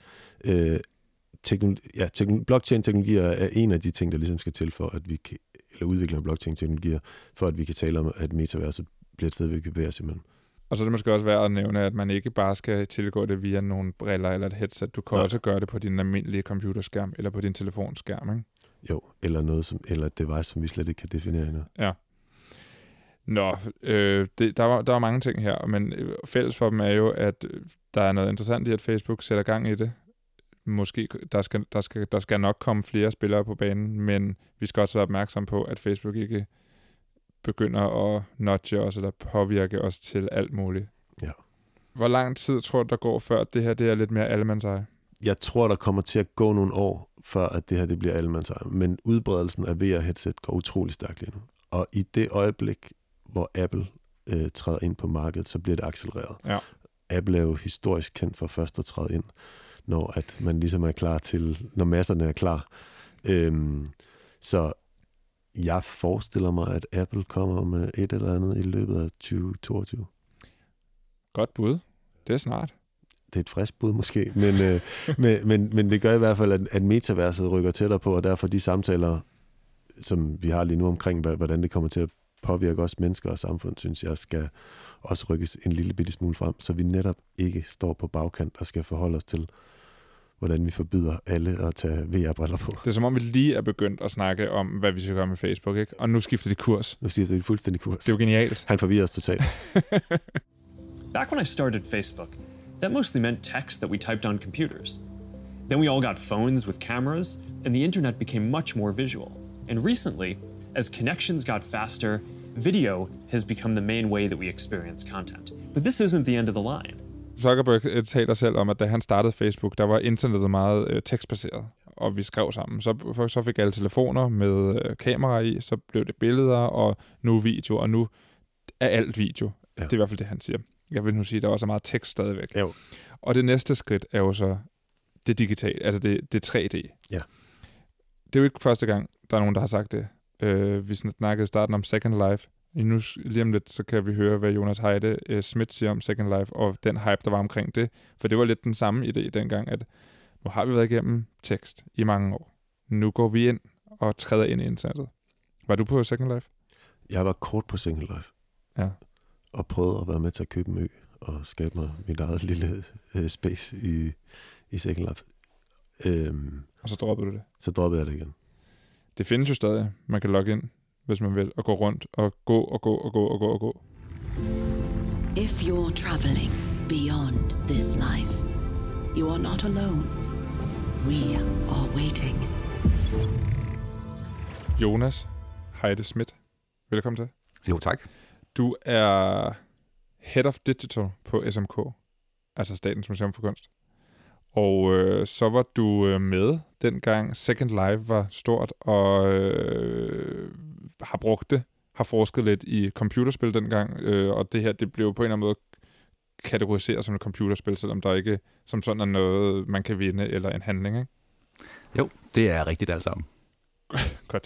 blockchain-teknologier er en af de ting, der ligesom skal til for, at vi kan, eller udvikle blockchain-teknologier, for at vi kan tale om, at metaverset bliver et sted, vi kan bevæge os imellem. Og så er det måske også værd at nævne, at man ikke bare skal tilgå det via nogle briller eller et headset. Du kan også gøre det på din almindelige computerskærm eller på din telefonskærm, ikke? Jo, eller et device, som vi slet ikke kan definere endnu. Ja. Nå, der er mange ting her, men fælles for dem er jo, at der er noget interessant i, at Facebook sætter gang i det. Måske der skal nok komme flere spillere på banen, men vi skal også være opmærksom på, at Facebook ikke begynder at nudge os eller påvirke os til alt muligt. Ja. Hvor lang tid tror du, der går, før det her det er lidt mere allemandseje? Jeg tror, der kommer til at gå nogle år, før at det her det bliver allemandseje. Men udbredelsen af VR-headset går utrolig stærkt lige nu. Og i det øjeblik, hvor Apple træder ind på markedet, så bliver det accelereret. Ja. Apple er jo historisk kendt for først at træde ind, når at man ligesom er klar til, når masserne er klar. Så jeg forestiller mig, at Apple kommer med et eller andet i løbet af 2022. Godt bud. Det er snart. Det er et frisk bud måske, men det gør i hvert fald, at metaverset rykker tættere på, og derfor de samtaler, som vi har lige nu omkring, hvordan det kommer til at påvirke os mennesker og samfund, synes jeg, skal også rykkes en lille bitte smule frem, så vi netop ikke står på bagkant og skal forholde os til, hvordan vi forbyder alle at tage VR-briller på. Det er som om, vi lige er begyndt at snakke om, hvad vi skal gøre med Facebook, ikke? Og nu skifter de kurs. Nu skifter de fuldstændig kurs. Det er jo genialt. Han forvirrer os totalt. Back when I started Facebook, that mostly meant text that we typed on computers. Then we all got phones with cameras, and the internet became much more visual. And recently, as connections got faster, video has become the main way that we experience content. But this isn't the end of the line. Zuckerberg taler selv om, at da han startede Facebook, der var internettet meget tekstbaseret, og vi skrev sammen. Så fik alle telefoner med kamera i, så blev det billeder, og nu video, og nu er alt video. Ja. Det er i hvert fald det, han siger. Jeg vil nu sige, at der også er meget tekst stadigvæk. Jo. Og det næste skridt er jo så det digitale, altså det 3D. Ja. Det er jo ikke første gang, der er nogen, der har sagt det. Vi snakkede i starten om Second Life. Nu lige om lidt, så kan vi høre, hvad Jonas Heide Schmidt siger om Second Life, og den hype, der var omkring det. For det var lidt den samme idé dengang, at nu har vi været igennem tekst i mange år. Nu går vi ind og træder ind i internettet. Var du på Second Life? Jeg var kort på Second Life. Ja. Og prøvede at være med til at købe en ø og skabe mig mit eget lille space i Second Life. Og så droppede du det? Så droppede jeg det igen. Det findes jo stadig. Man kan logge ind, hvis man vil, og gå rundt og gå. If you're traveling beyond this life, you are not alone. We are waiting. Jonas Heide Schmidt, velkommen til. Jo, tak. Du er Head of Digital på SMK, altså Statens Museum for Kunst. Og så var du med dengang Second Life var stort, og har brugt det, har forsket lidt i computerspil dengang, og det her, det blev på en eller anden måde kategoriseret som et computerspil, selvom der ikke som sådan er noget, man kan vinde, eller en handling, ikke? Jo, det er rigtigt alt sammen. Godt.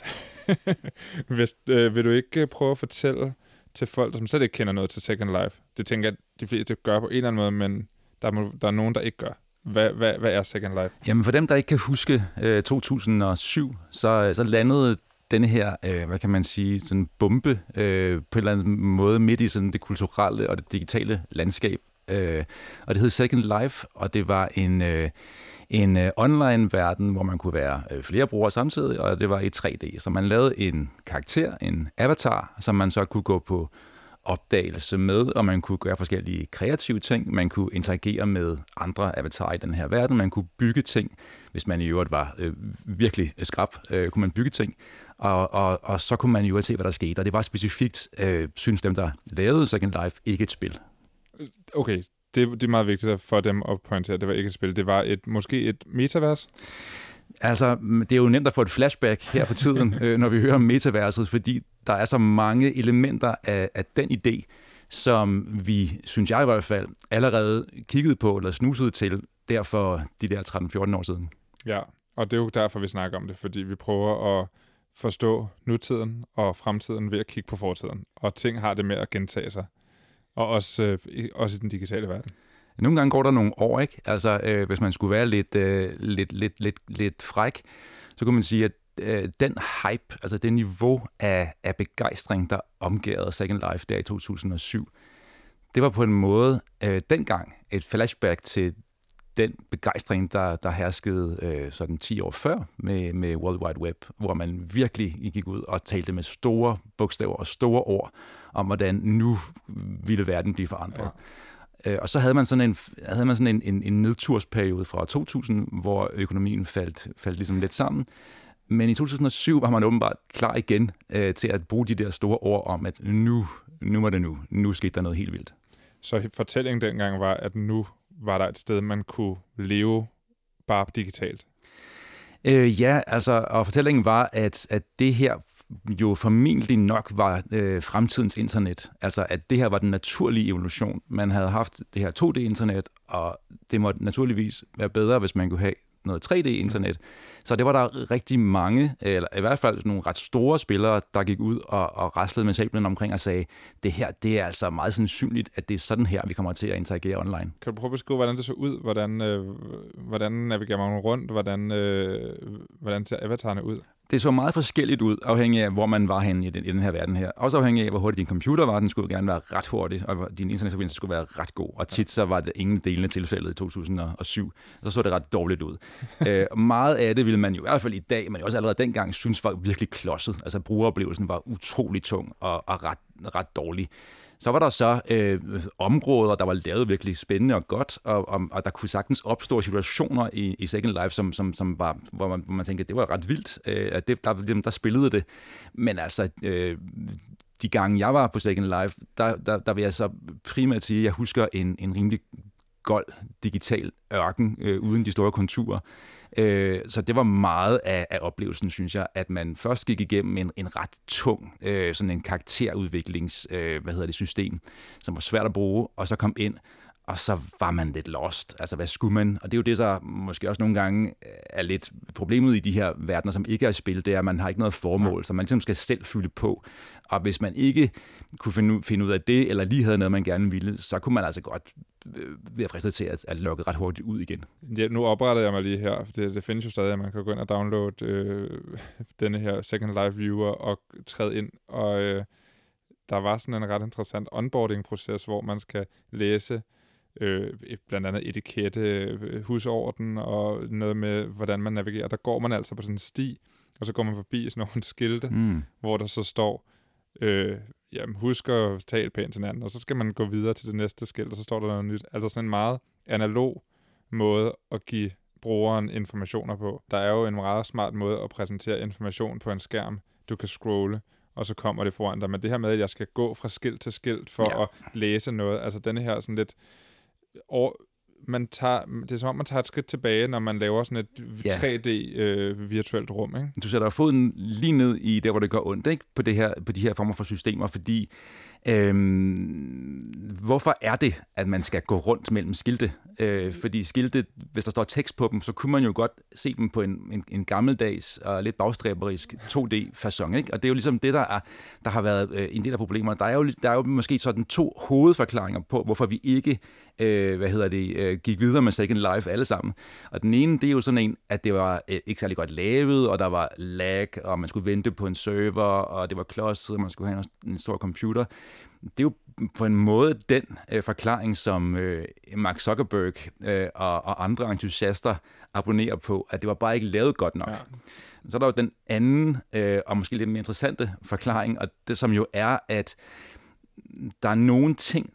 Vil du ikke prøve at fortælle til folk, som slet ikke kender noget til Second Life? Det tænker jeg, at de fleste gør på en eller anden måde, men der er nogen, der ikke gør. Hvad er Second Life? Jamen for dem, der ikke kan huske 2007, så landede denne her, hvad kan man sige, sådan en bombe på en eller anden måde midt i sådan det kulturelle og det digitale landskab. Og det hed Second Life, og det var en online-verden, hvor man kunne være flere brugere samtidig, og det var i 3D. Så man lavede en karakter, en avatar, som man så kunne gå på opdagelse med, og man kunne gøre forskellige kreative ting. Man kunne interagere med andre avatarer i den her verden. Man kunne bygge ting. Hvis man i øvrigt var virkelig skrap, kunne man bygge ting. Og så kunne man i øvrigt se, hvad der skete. Og det var specifikt, synes dem, der lavede Second Life, ikke et spil. Okay, det er meget vigtigt for dem at pointere, at det var ikke et spil. Det var måske et metavers? Altså, det er jo nemt at få et flashback her for tiden, når vi hører om metaverset, fordi der er så mange elementer af den idé, som vi, synes jeg i hvert fald, allerede kiggede på eller snusede til, der for de der 13-14 år siden. Ja, og det er jo derfor, vi snakker om det, fordi vi prøver at forstå nutiden og fremtiden ved at kigge på fortiden. Og ting har det med at gentage sig, og også i den digitale verden. Nogle gange går der nogle år, ikke? Altså, hvis man skulle være lidt fræk, så kunne man sige, at den hype, altså det niveau af begejstring, der omgærede Second Life der i 2007, det var på en måde dengang et flashback til den begejstring, der herskede sådan 10 år før med World Wide Web, hvor man virkelig gik ud og talte med store bogstaver og store ord om, hvordan nu ville verden blive forandret. Ja. Og så havde man sådan en nedtursperiode fra 2000, hvor økonomien faldt ligesom lidt sammen. Men i 2007 var man åbenbart klar igen til at bruge de der store ord om, at nu var det nu. Nu skete der noget helt vildt. Så fortællingen dengang var, at nu var der et sted, man kunne leve bare digitalt? Ja, altså, og fortællingen var, at det her jo formentlig nok var fremtidens internet. Altså, at det her var den naturlige evolution. Man havde haft det her 2D-internet, og det måtte naturligvis være bedre, hvis man kunne have noget 3D-internet. Så det var der rigtig mange, eller i hvert fald nogle ret store spillere, der gik ud og raslede med sablen omkring og sagde, det her, det er altså meget sandsynligt, at det er sådan her, vi kommer til at interagere online. Kan du prøve at beskrive, hvordan det så ud? Hvordan navigerer man rundt? Hvordan ser avatarerne ud? Det så meget forskelligt ud, afhængig af, hvor man var henne i den her verden her. Også afhængig af, hvor hurtigt din computer var. Den skulle gerne være ret hurtig, og din internetforbindelse skulle være ret god. Og tit så var det ingen delende tilfældet i 2007. Så det ret dårligt ud. Meget af det ville man jo i hvert fald i dag, men også allerede dengang, synes var virkelig klodset. Altså brugeroplevelsen var utrolig tung og ret dårlig. Så var der så områder, der var lavet virkelig spændende og godt, og der kunne sagtens opstå situationer i Second Life, som var, hvor man tænkte, at det var ret vildt. Der spillede det. Men altså, de gange jeg var på Second Life, der vil jeg så primært sige, at jeg husker en rimelig gold digital ørken uden de store konturer. Så det var meget af oplevelsen, synes jeg, at man først gik igennem en ret tung sådan en karakterudviklings system, som var svært at bruge, og så kom ind, og så var man lidt lost. Altså, hvad skulle man? Og det er jo det, der måske også nogle gange er lidt problemet i de her verdener, som ikke er i spil, det er, at man har ikke noget formål, så man ligesom skal selv fylde på. Og hvis man ikke kunne finde ud af det, eller lige havde noget, man gerne ville, så kunne man altså godt være fristet til at logge ret hurtigt ud igen. Ja, nu oprettede jeg mig lige her, for det findes jo stadig, at man kan gå ind og downloade denne her Second Life Viewer og træde ind, og der var sådan en ret interessant onboarding-proces, hvor man skal læse blandt andet etikette, husorden og noget med, hvordan man navigerer. Der går man altså på sådan en sti, og så går man forbi sådan nogle skilte, hvor der så står, husk at tale pænt til hinanden, og så skal man gå videre til det næste skilt, og så står der noget nyt. Altså sådan en meget analog måde at give brugeren informationer på. Der er jo en meget smart måde at præsentere information på en skærm. Du kan scrolle, og så kommer det foran dig. Men det her med, at jeg skal gå fra skilt til skilt for at læse noget, altså denne her sådan lidt... det er som om, man tager et skridt tilbage, når man laver sådan et 3D-virtuelt rum, ikke? Du sætter foden lige ned i der, hvor det går ondt, ikke? På de her former for systemer, fordi hvorfor er det, at man skal gå rundt mellem skilte? Fordi skilte, hvis der står tekst på dem, så kunne man jo godt se dem på en gammeldags og lidt bagstræberisk 2D-facon, ikke? Og det er jo ligesom det, der har været en del af problemerne. Der er jo måske sådan 2 hovedforklaringer på, hvorfor vi ikke gik videre med Second Life alle sammen. Og den ene, det er jo sådan en, at det var ikke særlig godt lavet, og der var lag, og man skulle vente på en server, og det var klodset, og man skulle have en stor computer. Det er jo på en måde den forklaring, som Mark Zuckerberg og andre entusiaster abonnerer på, at det var bare ikke lavet godt nok. Ja. Så er der jo den anden, og måske lidt mere interessante forklaring, og det som jo er, at der er nogle ting,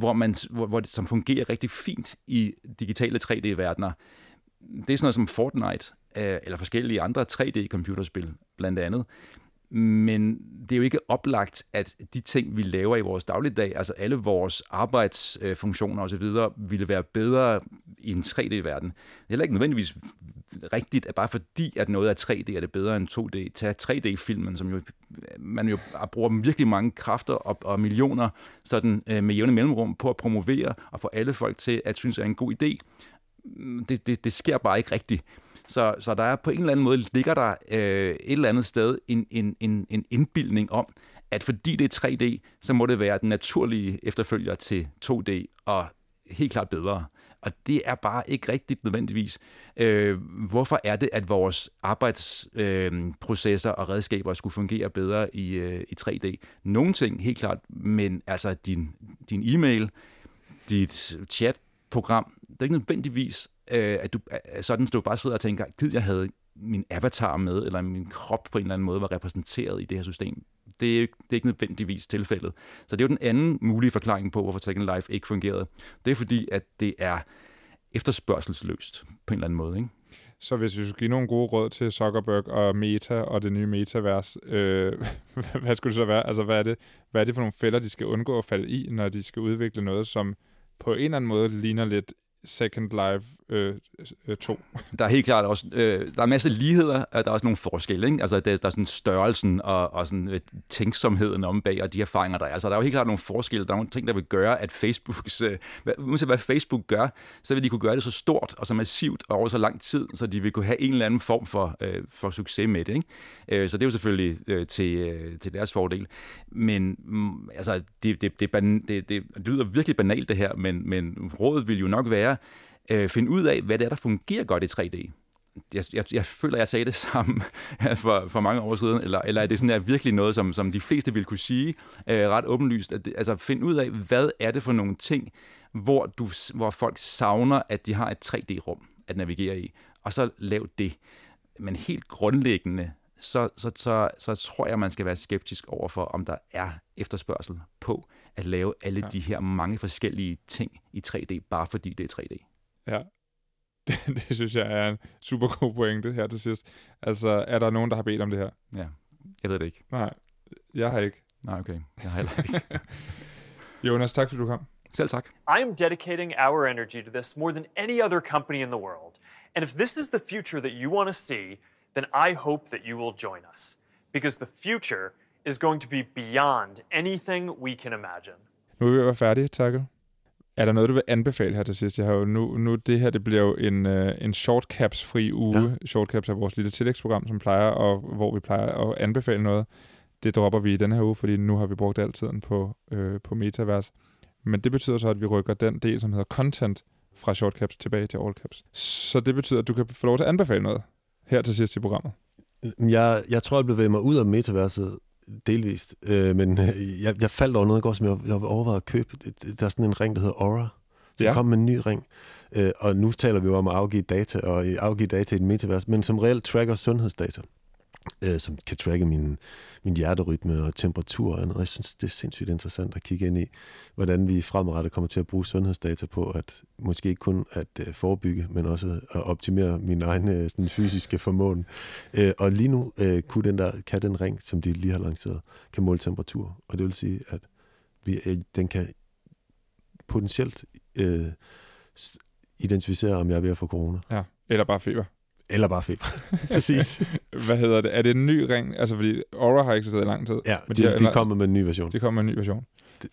som fungerer rigtig fint i digitale 3D-verdener. Det er sådan noget som Fortnite, eller forskellige andre 3D-computerspil, blandt andet. Men det er jo ikke oplagt, at de ting, vi laver i vores dagligdag, altså alle vores arbejdsfunktioner osv., ville være bedre i en 3D-verden. Det er heller ikke nødvendigvis rigtigt, at bare fordi, at noget er 3D, er det bedre end 2D. Tag 3D-filmen, som jo man jo bruger virkelig mange kræfter og millioner sådan, med jævne mellemrum på at promovere og få alle folk til at synes, er en god idé. Det sker bare ikke rigtigt. Så der er på en eller anden måde, ligger der et eller andet sted en indbildning om, at fordi det er 3D, så må det være den naturlige efterfølger til 2D, og helt klart bedre. Og det er bare ikke rigtigt nødvendigvis. Hvorfor er det, at vores arbejdsprocesser og redskaber skulle fungere bedre i 3D? Nogle ting, helt klart, men altså din e-mail, dit chatprogram, det er ikke nødvendigvis, at du bare sidder og tænker, gid jeg havde min avatar med, eller min krop på en eller anden måde var repræsenteret i det her system. Det er ikke nødvendigvis tilfældet. Så det er jo den anden mulige forklaring på, hvorfor Second Life ikke fungerede. Det er fordi, at det er efterspørgselsløst på en eller anden måde, ikke? Så hvis vi skulle give nogle gode råd til Zuckerberg og Meta og det nye metavers, hvad skulle det så være? Altså, hvad er det for nogle fælder, de skal undgå at falde i, når de skal udvikle noget, som på en eller anden måde ligner lidt Second Life 2. Der er helt klart også, der er en masse ligheder, og der er også nogle forskelle, ikke? Altså, der er sådan størrelsen og sådan tænksomheden om bag, og de erfaringer, der er. Altså, der er jo helt klart nogle forskelle. Der er nogle ting, der vil gøre, at uanset hvad Facebook gør, så vil de kunne gøre det så stort og så massivt og over så lang tid, så de vil kunne have en eller anden form for succes med det, ikke? Så det er jo selvfølgelig til deres fordel. Men altså, det lyder virkelig banalt det her, men rådet vil jo nok være, finde ud af, hvad det er, der fungerer godt i 3D. Jeg føler, jeg sagde det samme for mange år siden, eller er det sådan virkelig noget, som de fleste vil kunne sige ret åbenlyst, altså finde ud af, hvad er det for nogle ting, hvor folk savner, at de har et 3D-rum at navigere i, og så lav det. Men helt grundlæggende, så tror jeg, man skal være skeptisk overfor, om der er efterspørgsel på at lave alle de her mange forskellige ting i 3D, bare fordi det er 3D. Ja, det synes jeg er en super god pointe her til sidst. Altså, er der nogen, der har bedt om det her? Ja, jeg ved det ikke. Nej, jeg har ikke. Nej, okay, jeg har heller ikke. Jonas, tak fordi du kom. Selv tak. I am dedicating our energy to this more than any other company in the world. And if this is the future that you want to see, then I hope that you will join us. Because the future is going to be beyond anything we can imagine. Nu er vi ved at være færdige, Terkel. Er der noget, du vil anbefale her til sidst? Jeg har jo nu det her, det bliver jo en shortcaps-fri uge. Ja. Shortcaps er vores lille tillægsprogram, hvor vi plejer at anbefale noget. Det dropper vi i denne her uge, fordi nu har vi brugt al tiden på Metaverse. Men det betyder så, at vi rykker den del, som hedder content, fra shortcaps tilbage til allcaps. Så det betyder, at du kan få lov til at anbefale noget her til sidst i programmet. Jeg tror, jeg bevæger mig ud af metaverset delvist. Men jeg faldt over noget i går, som jeg overvejede at købe. Der er sådan en ring, der hedder Aura. Så kom med en ny ring. Og nu taler vi jo om at afgive data, og afgive data i et metavers, men som reelt tracker sundhedsdata, som kan tracke min hjerterytme og temperatur og andet. Jeg synes, det er sindssygt interessant at kigge ind i, hvordan vi fremadrettet kommer til at bruge sundhedsdata på, at måske ikke kun at forebygge, men også at optimere min egen sådan, fysiske formåen. Og lige nu kan den ring, som de lige har lanceret, kan måle temperatur. Og det vil sige, at den kan potentielt identificere, om jeg er ved at få corona. Ja, eller bare feber. Eller bare feber. Præcis. Hvad hedder det? Er det en ny ring? Altså, fordi Aura har eksisteret i lang tid. Ja, de kommer med en ny version. De kommer med en ny version.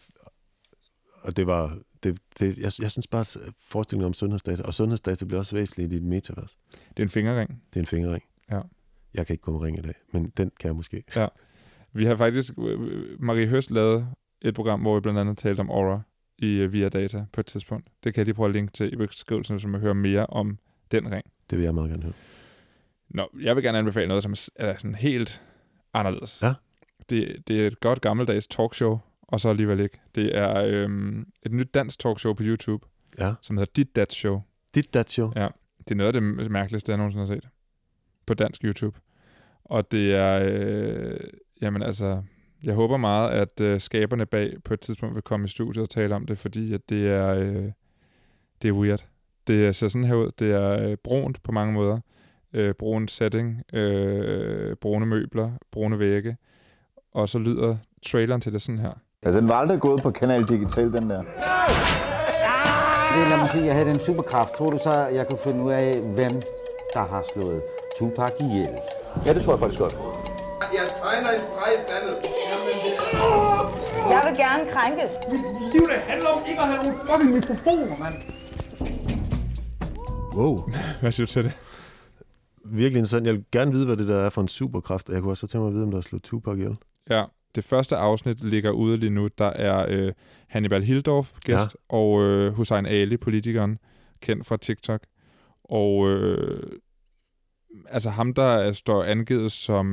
Og det var... Jeg synes bare, at forestillingen om sundhedsdata, og sundhedsdata bliver også væsentligt i et metavers. Det er en fingerring. Det er en fingerring. Ja. Jeg kan ikke gå med ring i dag, men den kan jeg måske. Ja. Vi har faktisk... Marie Høst lavet et program, hvor vi blandt andet talte om Aura i Via Data på et tidspunkt. Det kan jeg lige prøve at linke til i beskrivelsen, så man hører mere om den ring. Det vil jeg meget gerne høre. Nå, jeg vil gerne anbefale noget, som er sådan helt anderledes. Ja. Det er et godt gammeldags talkshow, og så alligevel ikke. Det er et nyt dansk talkshow på YouTube, som hedder Dit Dat Show. Dit Dat Show? Ja, det er noget af det mærkeligste, jeg nogensinde har set på dansk YouTube. Og det er, jamen altså, jeg håber meget, at skaberne bag på et tidspunkt vil komme i studiet og tale om det, fordi at det er weird. Det ser sådan her ud. Det er brunt på mange måder. Brun setting, brune møbler, brune vægge. Og så lyder traileren til det sådan her. Ja, den var aldrig gået på Kanal Digital, den der. Lad mig sige, jeg havde den superkraft. Tror du så, jeg kunne finde ud af, hvem der har slået Tupac ihjel? Ja, det tror jeg faktisk godt. Jeg tegner en streg i vandet. Jeg vil gerne krænkes. Mit liv, det handler om ikke at have nogle fucking mikrofoner, mand. Wow. Hvad siger du til det? Virkelig interessant. Jeg vil gerne vide, hvad det der er for en superkraft. Jeg kunne også tænke mig at vide, om der er slået Tupac ihjel. Ja, det første afsnit ligger ude lige nu. Der er Hannibal Hildorf, gæst, og Hussein Ali, politikeren, kendt fra TikTok. Og altså ham, der står angivet som,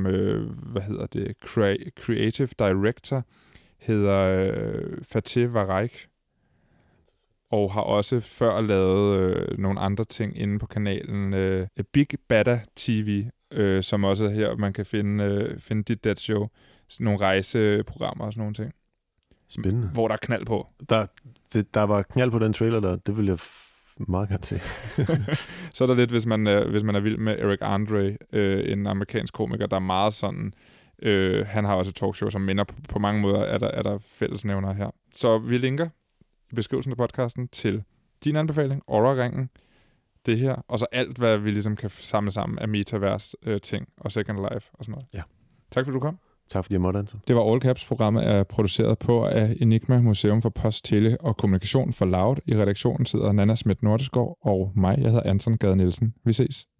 creative director, hedder Fateh Vareik. Og har også før lavet nogle andre ting inde på kanalen Big Bada TV, som også her, man kan finde Dit Dat Show, nogle rejseprogrammer og sådan nogle ting. Spændende. Hvor der er knald på. Der var knald på den trailer der, det vil jeg meget gerne se. Så er der lidt, hvis man er vild med Eric Andre, en amerikansk komiker, der er meget sådan, han har også et talkshow, som minder på mange måder, er der fællesnævnere her. Så vi linker i beskrivelsen af podcasten til din anbefaling, Aura-ringen, det her, og så alt, hvad vi ligesom kan samle sammen af metavers ting og Second Life og sådan noget. Ja. Tak fordi du kom. Tak fordi jeg måtte, Anton. Det var All Caps. Programmet er produceret på af Enigma Museum for Post, Tele og Kommunikation for Loud. I redaktionen sidder Nana Schmidt Nordeskov og mig. Jeg hedder Anton Gade Nielsen. Vi ses.